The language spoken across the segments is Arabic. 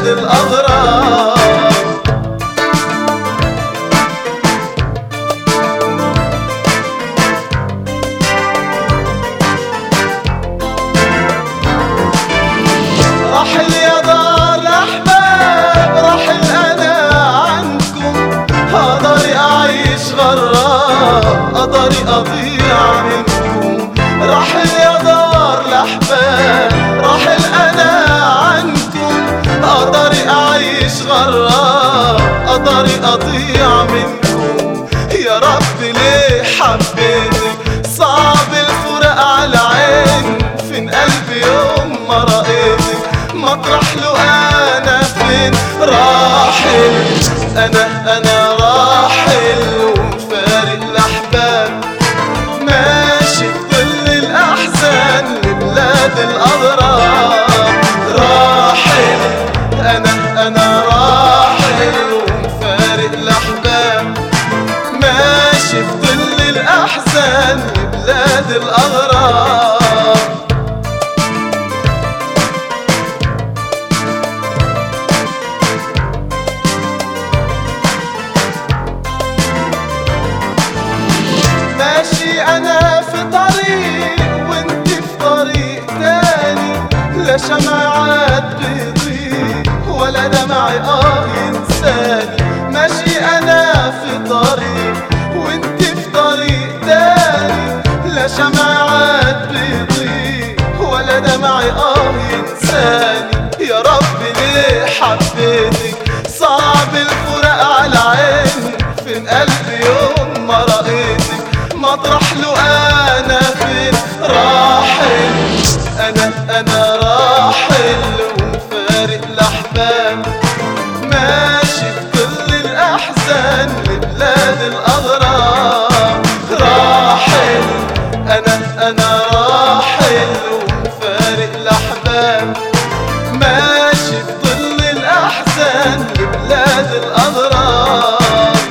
الأغراب. رحل يا دار الأحباب، رحل أنا عنكم، هقدر أعيش غراب، أقدر أضيع منكم. رحل يا دار الأحباب، رحل أنا عنكم، أقدر أعيش غراب، أقدر أضيع منكم. يا رب ليه حبيتك، صعب الفراق على عيني، فين قلبي يوم ما رأيتك، مطرح له أنا فين راحل. أنا راحل ومفارق الأحباب، ماشي بظل الأحزان لبلاد الأغراب. راحل أنا راحل ومفارق الأحباب، ماشي بظل الأحزان لبلاد الأغراب. ماشي أنا في طريق وانت في طريق تاني، لا شمعات بيضيء ولا دمعي ينساني. ماشي أنا في طريق وانت في طريق تاني، لا شمعات بيضيء ولا دمعي ينساني. يا رب ليه حبيتك، صعب الفراق على عيني، فين قلبي يوم ما رأيتك، مطرح له أنا فين راحل. أنا راحل ومفارق الأحباب، ماشي بظل الأحزان لبلاد الأغراب. راحل أنا راحل ومفارق الأحباب، ماشي بظل الأحزان لبلاد الأغراب.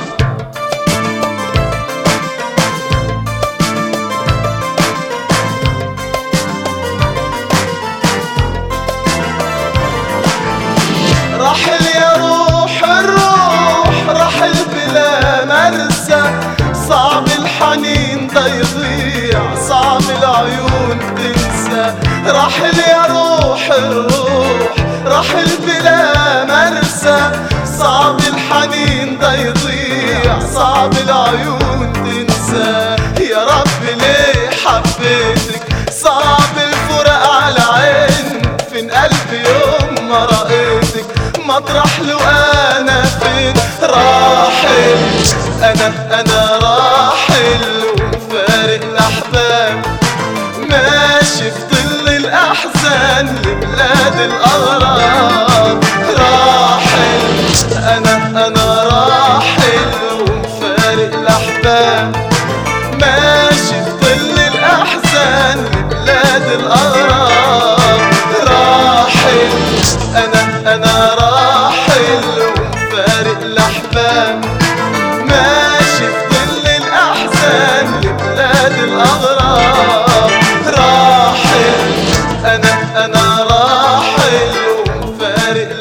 رحل يا روح الروح، رحل بلا مرسى، صعب الحنين ده يضيع، صعب العيون تنسى. رحل يا روح الروح، رحل بلا مرسى، صعب الحنين ده يضيع، صعب العيون تنسى. يا رب ليه حبيتك، صعب الفراق على عيني، فين قلبي يوم ما رأيتك، مطرح له أنا فين راحل. أنا راحل ومفارق الأحباب، ماشي في ظل الأحزان لبلاد الأغراب. راحل أنا راحل ومفارق الأحباب، ماشي في ظل الأحزان لبلاد الأغراب. راحل أنا راحل ومفارق الأحباب، ماشي في ظل الأحزان لبلاد الأغراب. راحل أنا راحل ومفارق